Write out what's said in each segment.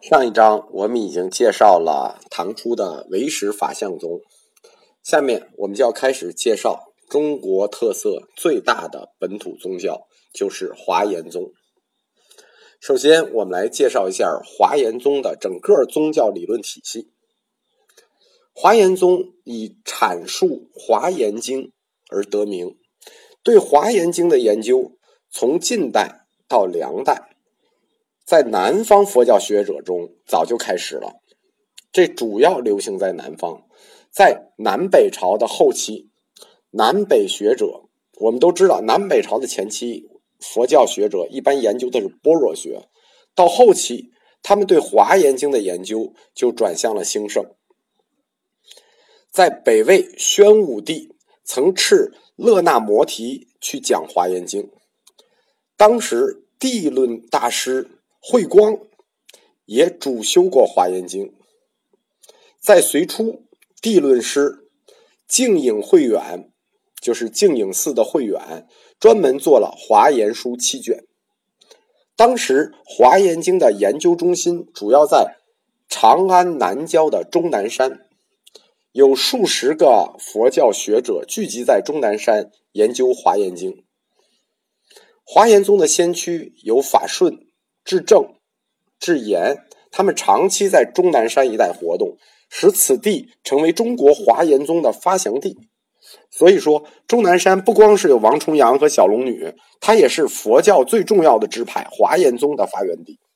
上一章我们已经介绍了唐初的唯识法相宗，下面我们就要开始介绍中国特色最大的本土宗教，就是华严宗。首先我们来介绍一下华严宗的整个宗教理论体系。华严宗以阐述华严经而得名，对华严经的研究从近代到梁代在南方佛教学者中早就开始了，这主要流行在南方。在南北朝的后期，南北学者，我们都知道南北朝的前期佛教学者一般研究的是般若学，到后期他们对华严经的研究就转向了兴盛。在北魏宣武帝曾敕勒那摩提去讲华严经，当时地论大师慧光也主修过华严经。在隋初，地论师净影慧远，就是净影寺的慧远，专门做了华严书7卷。当时华严经的研究中心主要在长安南郊的终南山，有数十个佛教学者聚集在终南山研究华严经。华严宗的先驱有法顺、智正、智严，他们长期在终南山一带活动，使此地成为中国华严宗的发祥地。所以说，终南山不光是有王重阳和小龙女，它也是佛教最重要的支派华严宗的发源地。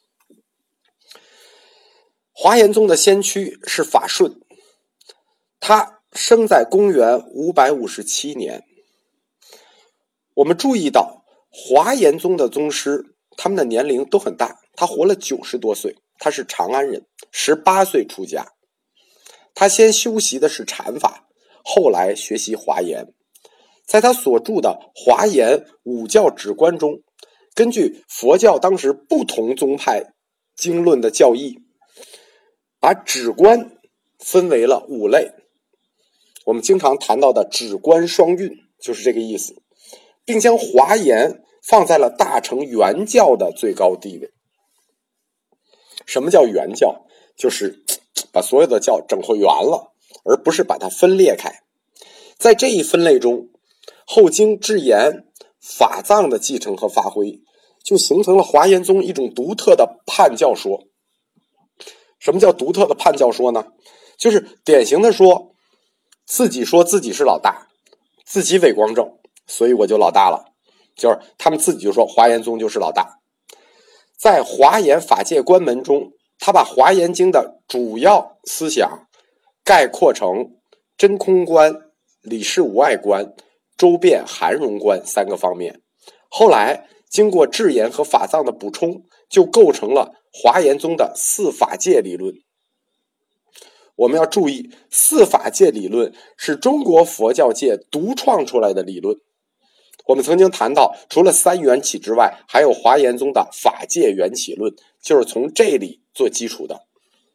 华严宗的先驱是法顺，他生在公元557年。我们注意到华严宗的宗师他们的年龄都很大，他活了90多岁，他是长安人，18岁出家。他先修习的是禅法，后来学习华严。在他所著的《华严五教止观》中，根据佛教当时不同宗派经论的教义，把止观分为了5类。我们经常谈到的止观双运就是这个意思，并将华严放在了大乘原教的最高地位。什么叫原教？就是把所有的教整回圆了，而不是把它分裂开。在这一分类中，后经智严、法藏的继承和发挥，就形成了华严宗一种独特的判教说。什么叫独特的判教说呢？就是典型的说自己是老大，自己伪光正，所以我就老大了，就是他们自己就说华严宗就是老大。在华严法界观门中，他把华严经的主要思想概括成真空观、理事无碍观、周遍含容观3个方面。后来经过智严和法藏的补充，就构成了华严宗的4法界理论。我们要注意，4法界理论是中国佛教界独创出来的理论。我们曾经谈到，除了3缘起之外，还有华严宗的法界缘起论，就是从这里做基础的。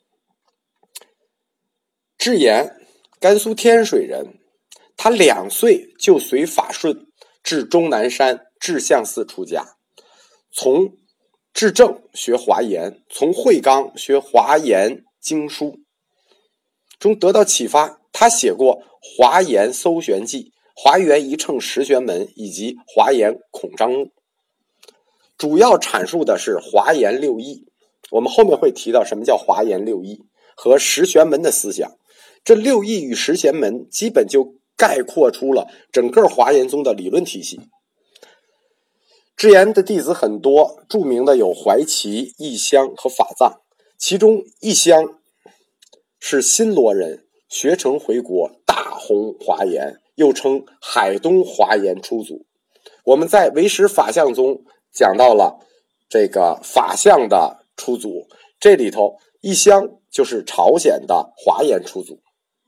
智严，甘肃天水人，他2岁就随法顺至终南山智相寺出家，从智正学华严，从慧刚学华严经书中得到启发，他写过《华严搜玄记》、《华严一乘十玄门》以及《华严孔章录》，主要阐述的是华严6义。我们后面会提到什么叫华严6义和十玄门的思想。这6义与十玄门基本就概括出了整个华严宗的理论体系。智严的弟子很多，著名的有怀奇、义香和法藏，其中义香是新罗人，学成回国，大弘华严，又称海东华严出祖。我们在唯识法相宗讲到了这个法相的出祖，这里头义香就是朝鲜的华严出祖。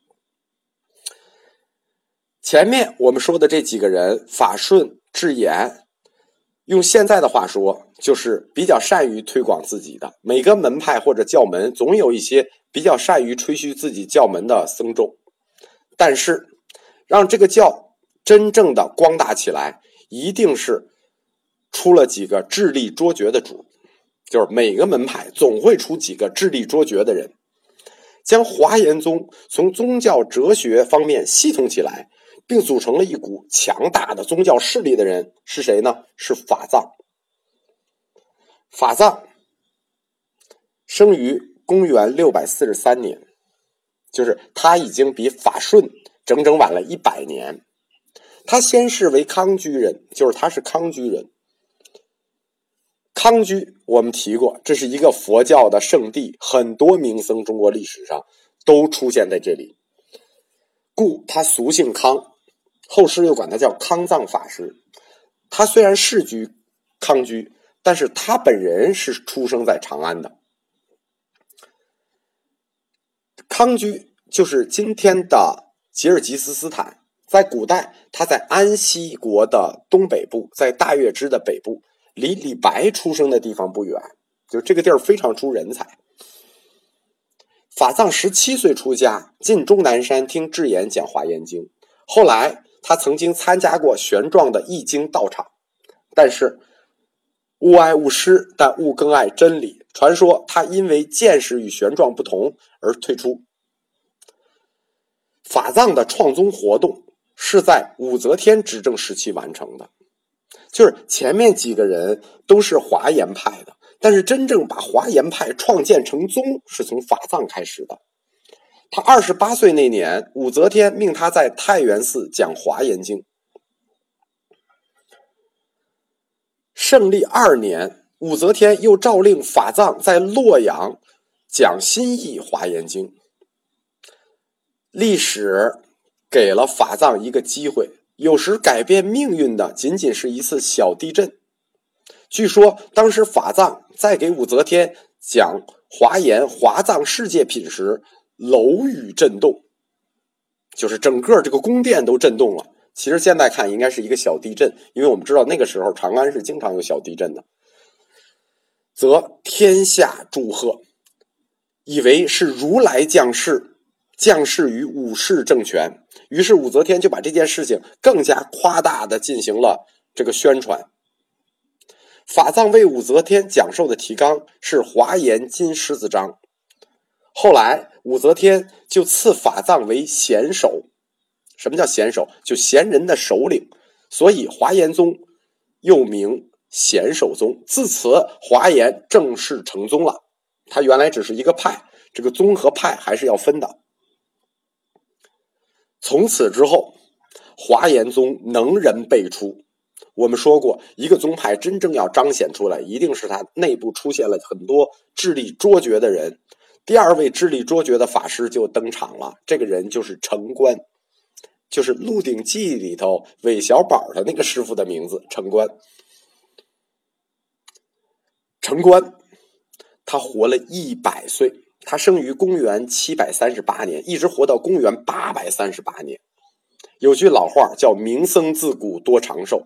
前面我们说的这几个人，法顺、智严，用现在的话说，就是比较善于推广自己的。每个门派或者教门总有一些比较善于吹嘘自己教门的僧众，但是让这个教真正的光大起来，一定是出了几个智力卓绝的主。 就是每个门派总会出几个智力卓绝的人。将华严宗从宗教哲学方面系统起来，并组成了一股强大的宗教势力的人是谁呢？是法藏。法藏生于公元643年，就是他已经比法顺整整晚了100年。他先是为康居人，就是他是康居人。康居我们提过，这是一个佛教的圣地，很多名僧中国历史上都出现在这里，故他俗姓康，后世又管他叫康藏法师。他虽然世居康居，但是他本人是出生在长安的。康居就是今天的吉尔吉斯斯坦，在古代他在安息国的东北部，在大月支的北部，离李白出生的地方不远，就这个地儿非常出人才。法藏17岁出家，进终南山听智严讲华严经。后来他曾经参加过玄奘的译经道场，但是勿爱勿师，但勿更爱真理。传说他因为见识与玄奘不同而退出。法藏的创宗活动是在武则天执政时期完成的，就是前面几个人都是华严派的，但是真正把华严派创建成宗是从法藏开始的。他28岁那年，武则天命他在太原寺讲华严经。圣历2年，武则天又诏令法藏在洛阳讲新译华严经。历史给了法藏一个机会，有时改变命运的仅仅是一次小地震。据说当时法藏在给武则天讲华严华藏世界品时，楼宇震动，就是整个这个宫殿都震动了。其实现在看应该是一个小地震，因为我们知道那个时候长安是经常有小地震的。则天下祝贺，以为是如来降世于武士政权，于是武则天就把这件事情更加夸大的进行了这个宣传。法藏为武则天讲授的提纲是华严金狮子章，后来武则天就赐法藏为贤首。什么叫贤首？就贤人的首领，所以华严宗又名贤首宗。自此华严正式成宗了。它原来只是一个派，这个宗和派还是要分的。从此之后，华严宗能人辈出。我们说过，一个宗派真正要彰显出来，一定是它内部出现了很多智力卓绝的人。第二位智力卓绝的法师就登场了，这个人就是城关，就是《鹿鼎记》里头韦小宝的那个师傅的名字，城关。城关他活了100岁，他生于公元738年，一直活到公元838年。有句老话叫名僧自古多长寿。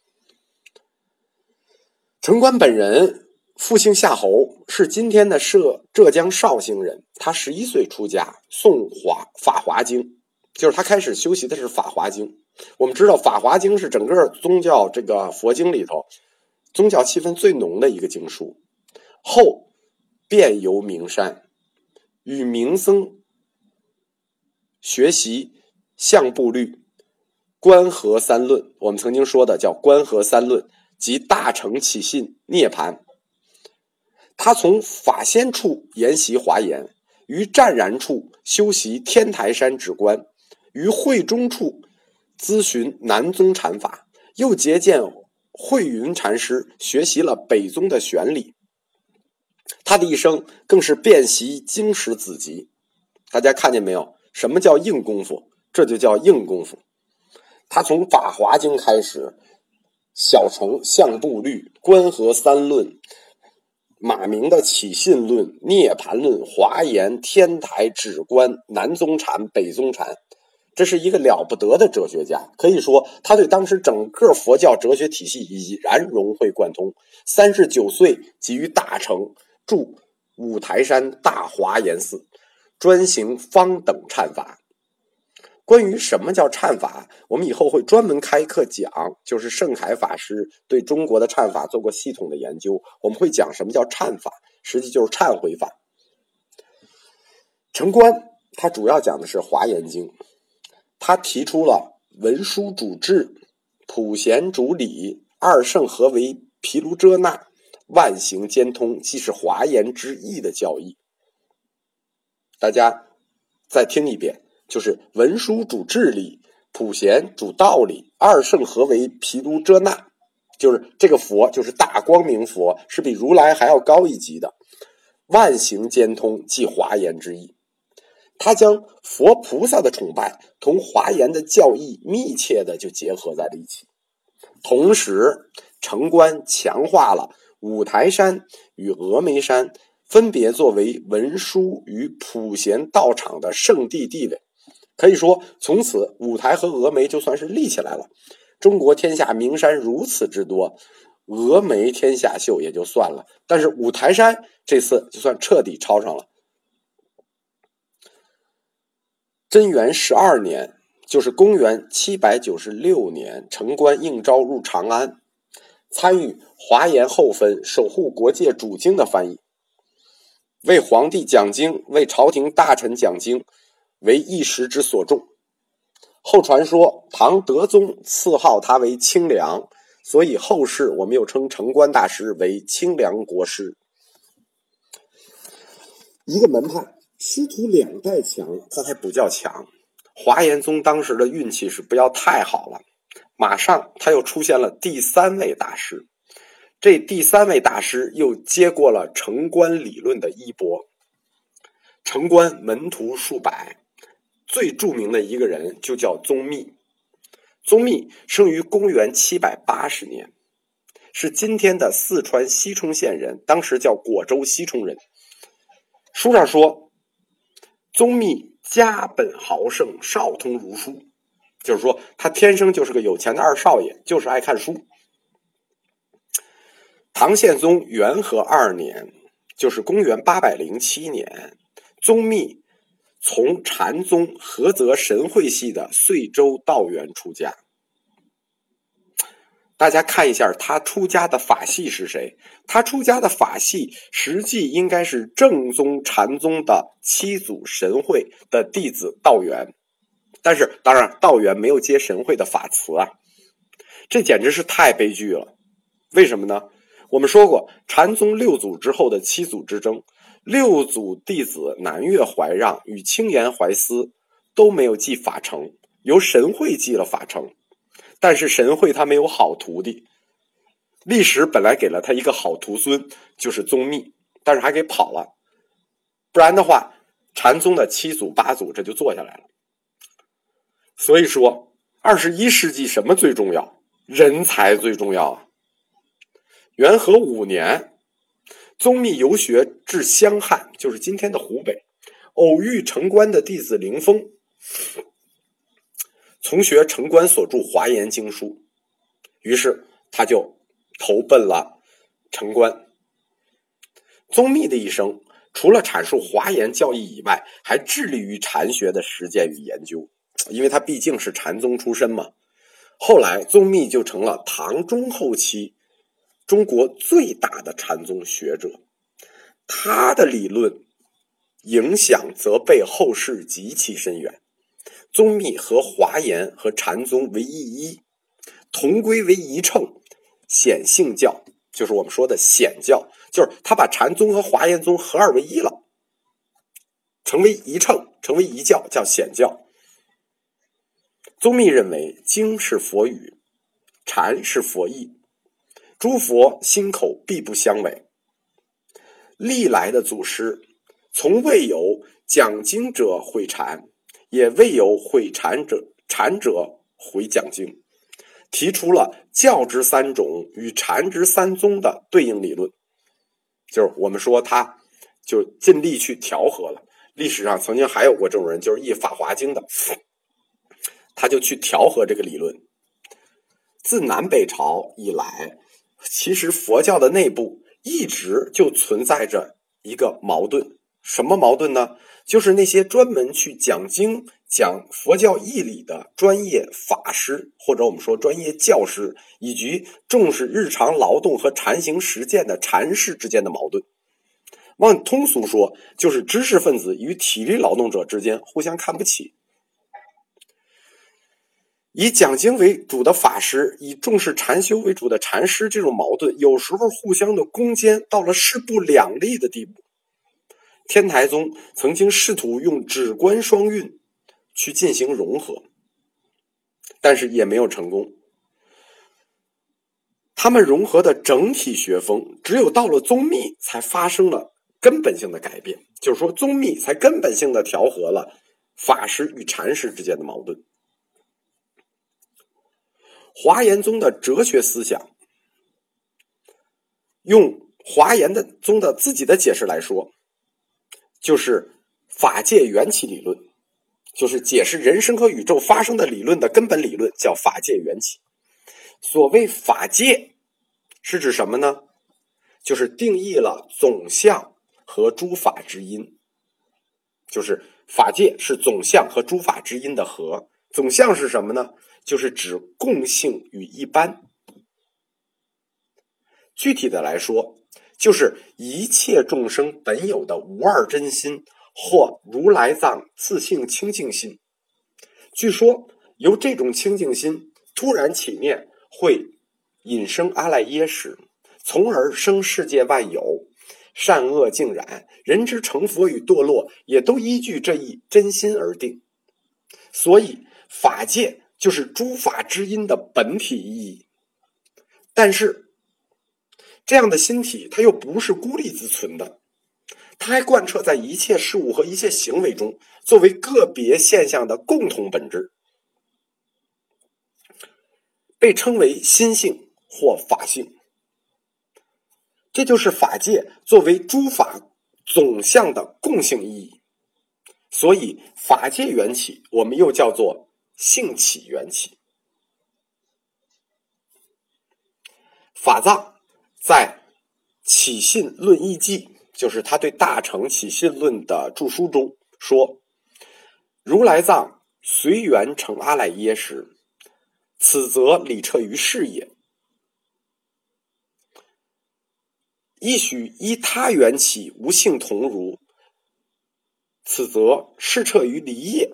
城关本人复姓夏侯，是今天的浙江绍兴人。他11岁出家，诵法华经，就是他开始修习的是法华经。我们知道法华经是整个宗教这个佛经里头宗教气氛最浓的一个经书。后遍游名山，与名僧学习相部律、观合三论，我们曾经说的叫观合三论及大乘起信涅盘。他从法仙处研习华严，于湛然处修习天台山止观，于慧中处咨询南宗禅法，又结见慧云禅师，学习了北宗的玄理。他的一生更是遍习经史子集。大家看见没有？什么叫硬功夫？这就叫硬功夫。他从法华经开始，小乘相部律、观合三论、马明的起信论、涅盘论、华严、天台、止观、南宗禅、北宗禅，这是一个了不得的哲学家。可以说他对当时整个佛教哲学体系已然融会贯通。39岁即于大成，住五台山大华严寺，专行方等忏法。 关于什么叫忏法，我们以后会专门开课讲，就是盛凯法师对中国的忏法做过系统的研究，我们会讲什么叫忏法，实际就是忏悔法。城关他主要讲的是华严经，他提出了文殊主智、普贤主理、二圣合为毗卢遮那、万行兼通，即是华严之意的教义。大家再听一遍，就是文殊主智理，普贤主道理，二圣合为毗卢遮那，就是这个佛就是大光明佛，是比如来还要高一级的。万行兼通，即华严之意。他将佛菩萨的崇拜同华严的教义密切的就结合在了一起。同时，城关强化了五台山与峨眉山分别作为文殊与普贤道场的圣地地位。可以说，从此五台和峨眉就算是立起来了。中国天下名山如此之多，峨眉天下秀也就算了，但是五台山这次就算彻底抄上了。贞元12年，就是公元796年，城关应召入长安，参与华严后分、守护国界主经的翻译，为皇帝讲经，为朝廷大臣讲经，为一时之所重。后传说唐德宗赐号他为清凉，所以后世我们又称城关大师为清凉国师。一个门派师徒两代强，他还不叫强。华严宗当时的运气是不要太好了，马上他又出现了第三位大师。这第三位大师又接过了城关理论的衣钵。城关门徒数百，最著名的一个人就叫宗密。宗密生于公元780年，是今天的四川西充县人，当时叫果州西充人。书上说，宗密家本豪盛，少通儒书，就是说他天生就是个有钱的二少爷，就是爱看书。唐宪宗元和2年，就是公元807年，宗密从禅宗菏泽神会系的遂州道元出家。大家看一下他出家的法系是谁？他出家的法系实际应该是正宗禅宗的七祖神会的弟子道元，但是当然道元没有接神会的法词啊，这简直是太悲剧了。为什么呢？我们说过，禅宗6祖之后的7祖之争，6祖弟子南岳怀让与清岩怀思都没有继法成，由神会继了法成。但是神会他没有好徒弟，历史本来给了他一个好徒孙，就是宗密，但是还给跑了，不然的话禅宗的7祖8祖这就做下来了。所以说21世纪什么最重要？人才最重要啊！元和5年，宗密游学至襄汉，就是今天的湖北，偶遇城关的弟子灵峰，从学城关所著华严经书，于是他就投奔了城关。宗密的一生除了阐述华严教义以外，还致力于禅学的实践与研究，因为他毕竟是禅宗出身嘛。后来宗密就成了唐中后期中国最大的禅宗学者，他的理论影响则被后世极其深远。宗密和华严和禅宗为一，同归为一乘，显性教，就是我们说的显教，就是他把禅宗和华严宗合二为一了，成为一乘，成为一教，叫显教。宗密认为经是佛语，禅是佛意，诸佛心口必不相违。历来的祖师从未有讲经者毁禅，也未有毁禅者毁讲经，提出了教之3种与禅之3宗的对应理论，就是我们说他就尽力去调和了。历史上曾经还有过这种人，就是译《法华经》的，他就去调和这个理论。自南北朝以来，其实佛教的内部一直就存在着一个矛盾。什么矛盾呢？就是那些专门去讲经讲佛教义理的专业法师，或者我们说专业教师，以及重视日常劳动和禅行实践的禅师之间的矛盾。往通俗说，就是知识分子与体力劳动者之间互相看不起。以讲经为主的法师，以重视禅修为主的禅师，这种矛盾有时候互相的攻坚到了势不两立的地步。天台宗曾经试图用止观双运去进行融合，但是也没有成功。他们融合的整体学风，只有到了宗密才发生了根本性的改变，就是说宗密才根本性的调和了法师与禅师之间的矛盾。华严宗的哲学思想，用华严宗的自己的解释来说，就是法界缘起理论，就是解释人生和宇宙发生的理论的根本理论，叫法界缘起。所谓法界是指什么呢？就是定义了总相和诸法之因，就是法界是总相和诸法之因的和。总相是什么呢？就是指共性与一般。具体的来说，就是一切众生本有的无二真心，或如来藏自性清净心。据说由这种清净心突然起念，会引生阿赖耶识，从而生世界万有，善恶尽染，人之成佛与堕落也都依据这一真心而定。所以法界就是诸法之因的本体意义。但是这样的心体它又不是孤立自存的，它还贯彻在一切事物和一切行为中，作为个别现象的共同本质，被称为心性或法性。这就是法界作为诸法总相的共性意义。所以法界缘起我们又叫做性起缘起。法藏在起信论义记，就是他对大乘起信论的注疏中说，如来藏随缘成阿赖耶识，此则理彻于事也。亦许依他缘起无性同如，此则事彻于离业。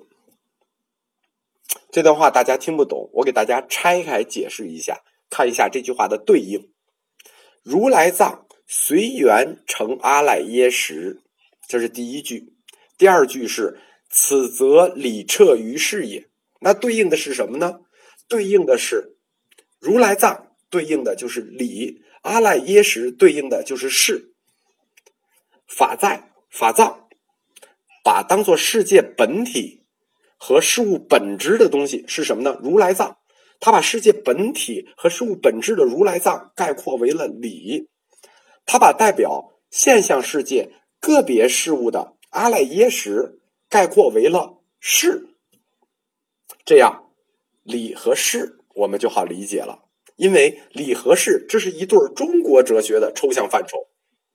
这段话大家听不懂，我给大家拆开解释一下，看一下这句话的对应。如来藏随缘成阿赖耶识，这是第一句。第二句是此则理彻于事也。那对应的是什么呢？对应的是如来藏，对应的就是理，阿赖耶识对应的就是事。法藏把当作世界本体和事物本质的东西是什么呢？如来藏。他把世界本体和事物本质的如来藏概括为了理，他把代表现象世界个别事物的阿赖耶识概括为了事。这样理和事我们就好理解了，因为理和事这是一对中国哲学的抽象范畴。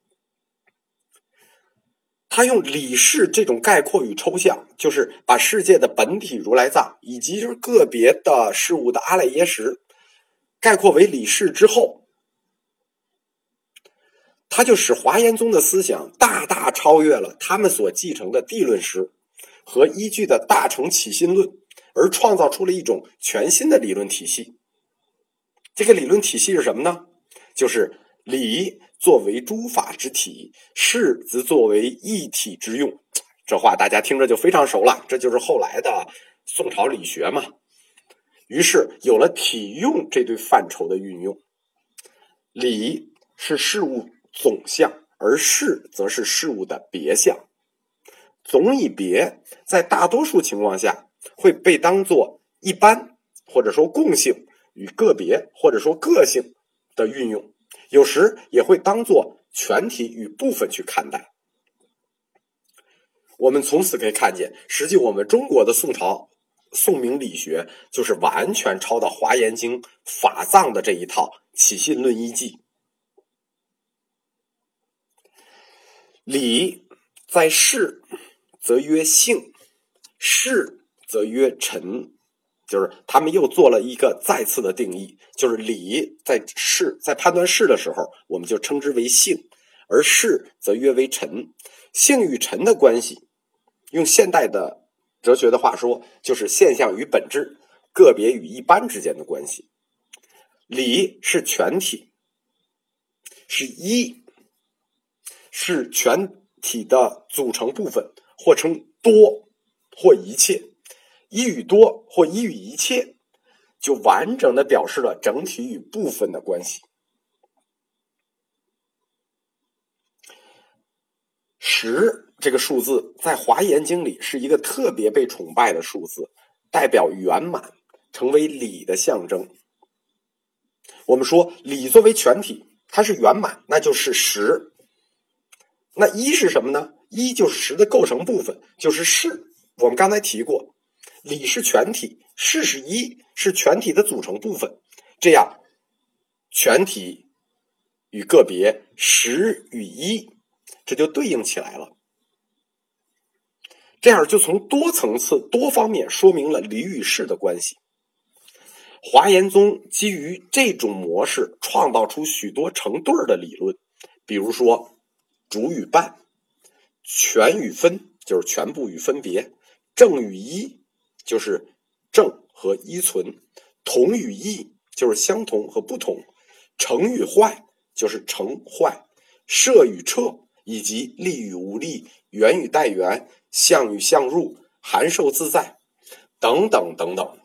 他用理事这种概括与抽象，就是把世界的本体如来藏以及就是个别的事物的阿赖耶识概括为理事之后，他就使华严宗的思想大大超越了他们所继承的地论师和依据的大乘起信论，而创造出了一种全新的理论体系。这个理论体系是什么呢？就是理作为诸法之体，事则作为一体之用。这话大家听着就非常熟了，这就是后来的宋朝理学嘛。于是有了体用这对范畴的运用。理是事物总相，而事则是事物的别相。总与别在大多数情况下会被当作一般或者说共性与个别或者说个性的运用，有时也会当作全体与部分去看待。我们从此可以看见，实际我们中国的宋明理学就是完全抄到华严经法藏的这一套起信论义记。理在事则曰性，事则曰臣，就是他们又做了一个再次的定义，就是礼在判断事的时候，我们就称之为性，而事则约为臣。性与臣的关系，用现代的哲学的话说，就是现象与本质，个别与一般之间的关系。礼是全体，是一，是全体的组成部分，或称多，或一切。一与多或一与一切，就完整的表示了整体与部分的关系。10这个数字在华严经里是一个特别被崇拜的数字，代表圆满，成为礼的象征。我们说礼作为全体，它是圆满，那就是10。那一是什么呢？一就是10的构成部分，就是事。我们刚才提过，礼是全体，事是一，是全体的组成部分。这样全体与个别，10与一，这就对应起来了。这样就从多层次多方面说明了礼与事的关系。华严宗基于这种模式创造出许多成对的理论，比如说主与伴，全与分，就是全部与分别，正与一，就是正和依存，同与异，就是相同和不同，成与坏，就是成坏，摄与彻，以及力与无力，圆与带圆，相与相入，含受自在，等等等等。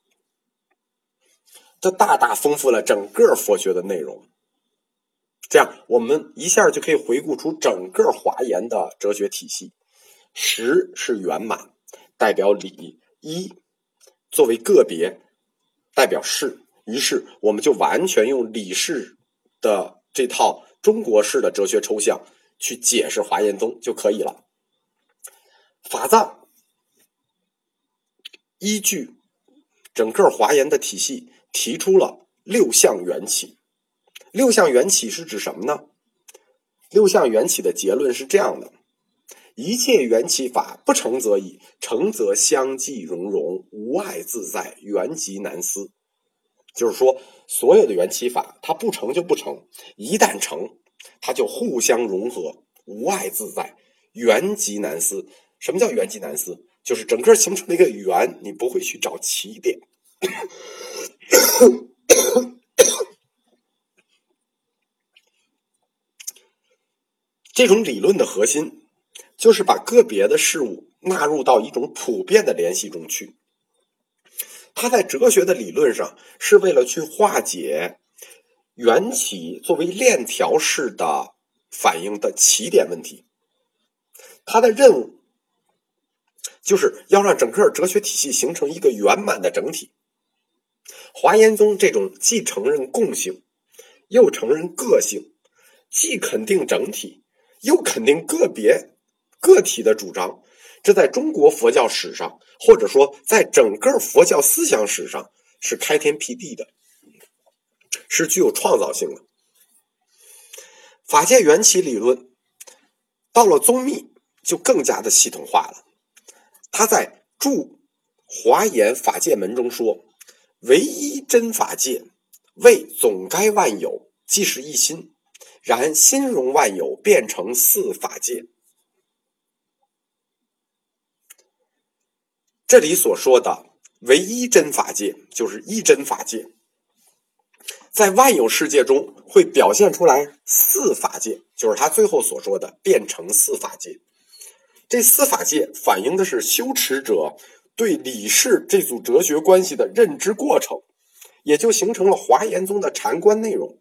这大大丰富了整个佛学的内容。这样我们一下就可以回顾出整个华严的哲学体系。10是圆满，代表理；一作为个别，代表事。于是我们就完全用理事的这套中国式的哲学抽象去解释华严宗就可以了。法藏依据整个华严的体系提出了6项缘起。6项缘起是指什么呢？6项缘起的结论是这样的：一切缘起法不成则已，成则相继融融，无碍自在，缘极难思。就是说所有的缘起法它不成就不成，一旦成它就互相融合，无碍自在，缘极难思。什么叫缘极难思？就是整个形成了一个圆，你不会去找起点。这种理论的核心就是把个别的事物纳入到一种普遍的联系中去。它在哲学的理论上是为了去化解缘起作为链条式的反应的起点问题。它的任务就是要让整个哲学体系形成一个圆满的整体。华严宗这种既承认共性又承认个性，既肯定整体又肯定个别个体的主张，这在中国佛教史上，或者说在整个佛教思想史上是开天辟地的，是具有创造性的。法界缘起理论到了宗密就更加的系统化了。他在注华严法界门中说，唯一真法界，谓总该万有，即是一心，然心容万有，变成4法界。这里所说的唯一真法界，就是一真法界，在万有世界中会表现出来4法界，就是他最后所说的变成4法界。这4法界反映的是修持者对理事这组哲学关系的认知过程，也就形成了华严宗的禅观内容。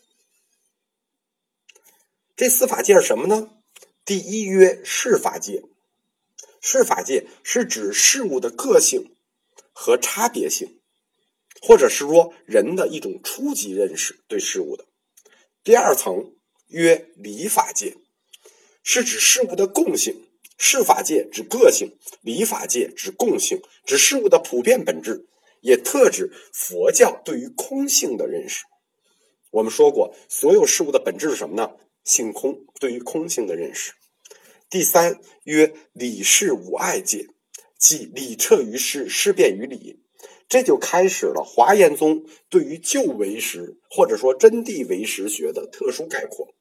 这4法界是什么呢？第一曰事法界。事法界是指事物的个性和差别性，或者是说人的一种初级认识对事物的。第二层曰理法界，是指事物的共性。事法界指个性，理法界指共性，指事物的普遍本质，也特指佛教对于空性的认识。我们说过，所有事物的本质是什么呢？性空，对于空性的认识。第三曰理事无碍界， 即理彻于事，事变于理。这就开始了华严宗对于旧唯识或者说真谛唯识学的特殊概括。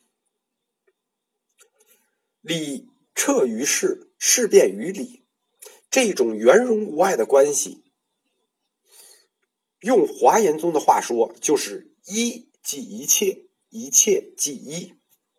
理彻于事，事变于理，这种圆融无碍的关系，用华严宗的话说，就是一即一切，一切即一。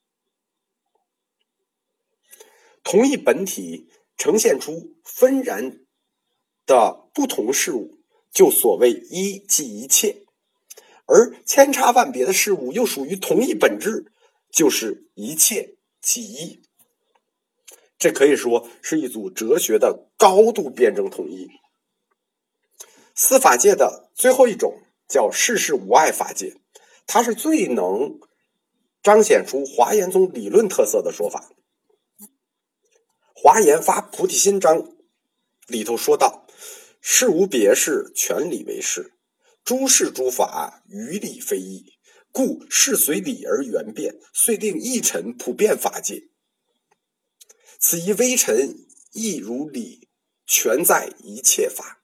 同一本体呈现出纷然的不同事物，就所谓一即一切，而千差万别的事物又属于同一本质，就是一切即一。这可以说是一组哲学的高度辩证统一。四法界的最后一种叫事事无碍法界，它是最能彰显出华严宗理论特色的说法。华严发菩提心章里头说到，事无别事，全理为事，诸事诸法，于理非义，故事随理而圆变，遂令一尘普遍法界。此一微尘亦如理，全在一切法。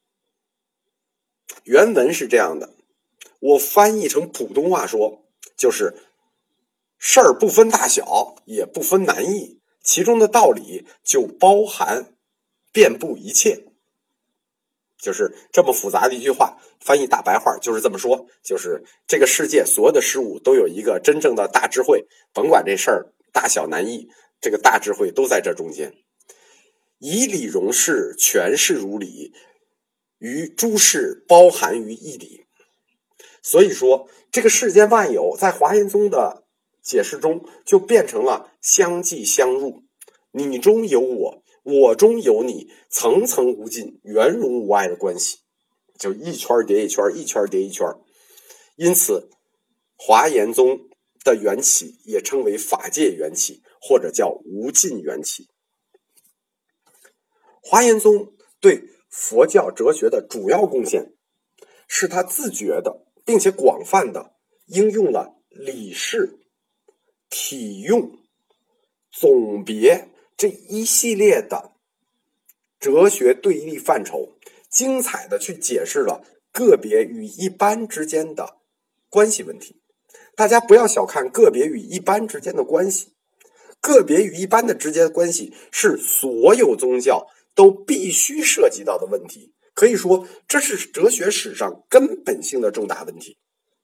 原文是这样的，我翻译成普通话说，就是事儿不分大小，也不分难易，其中的道理就包含遍布一切。就是这么复杂的一句话，翻译大白话就是这么说，就是这个世界所有的事物都有一个真正的大智慧，甭管这事儿大小难易，这个大智慧都在这中间。以理容事，全事如理，于诸事包含于一理。所以说这个世间万有在华严宗的解释中就变成了相继相入，你中有我，我中有你，层层无尽，圆融无碍的关系，就一圈叠一圈，一圈叠一圈。因此华严宗的缘起也称为法界缘起，或者叫无尽缘起。华严宗对佛教哲学的主要贡献是他自觉的并且广泛的应用了理事、体用、总别这一系列的哲学对立范畴，精彩的去解释了个别与一般之间的关系问题。大家不要小看个别与一般之间的关系，个别与一般的之间的关系是所有宗教都必须涉及到的问题，可以说这是哲学史上根本性的重大问题。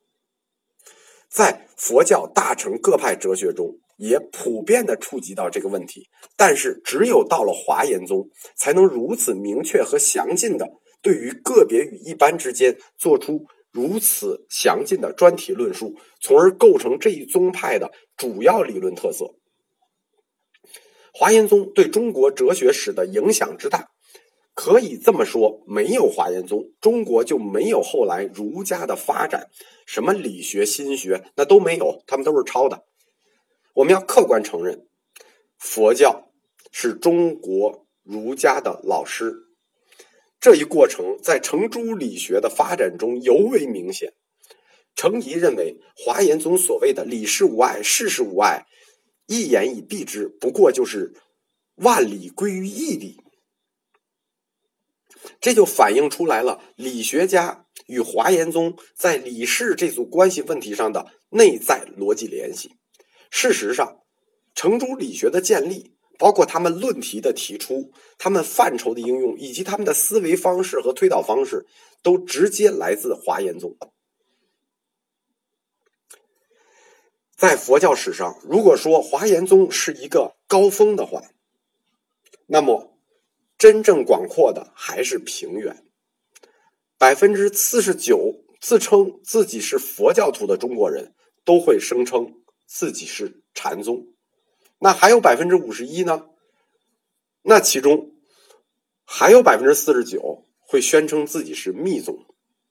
在佛教大乘各派哲学中也普遍地触及到这个问题，但是只有到了华严宗才能如此明确和详尽地对于个别与一般之间做出如此详尽的专题论述，从而构成这一宗派的主要理论特色。华严宗对中国哲学史的影响之大，可以这么说，没有华严宗，中国就没有后来儒家的发展，什么理学、心学那都没有，他们都是抄的。我们要客观承认，佛教是中国儒家的老师，这一过程在程朱理学的发展中尤为明显。程颐认为华严宗所谓的理事无碍，事事无碍，一言以蔽之，不过就是万理归于一理。这就反映出来了理学家与华严宗在理事这组关系问题上的内在逻辑联系。事实上，程朱理学的建立，包括他们论题的提出，他们范畴的应用，以及他们的思维方式和推导方式，都直接来自华严宗。在佛教史上，如果说华严宗是一个高峰的话，那么真正广阔的还是平原。49%自称自己是佛教徒的中国人都会声称自己是禅宗，那还有51%呢？那其中还有49%会宣称自己是密宗。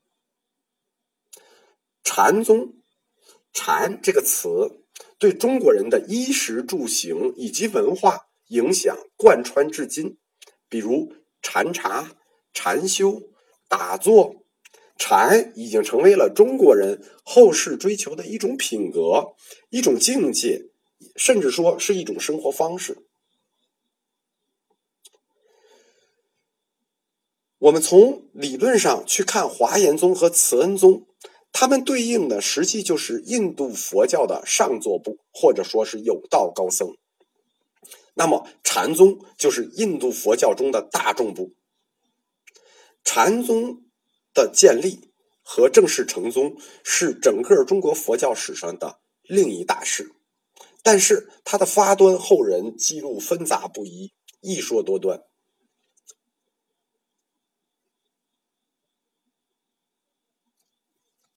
禅宗，禅这个词对中国人的衣食住行以及文化影响贯穿至今，比如禅茶、禅修、打坐，禅已经成为了中国人后世追求的一种品格、一种境界，甚至说是一种生活方式。 我们从理论上去看华严宗和慈恩宗，他们对应的实际就是印度佛教的上座部，或者说是有道高僧。那么禅宗就是印度佛教中的大众部。禅宗的建立和正式成宗是整个中国佛教史上的另一大事，但是它的发端后人记录纷杂不一，一说多端。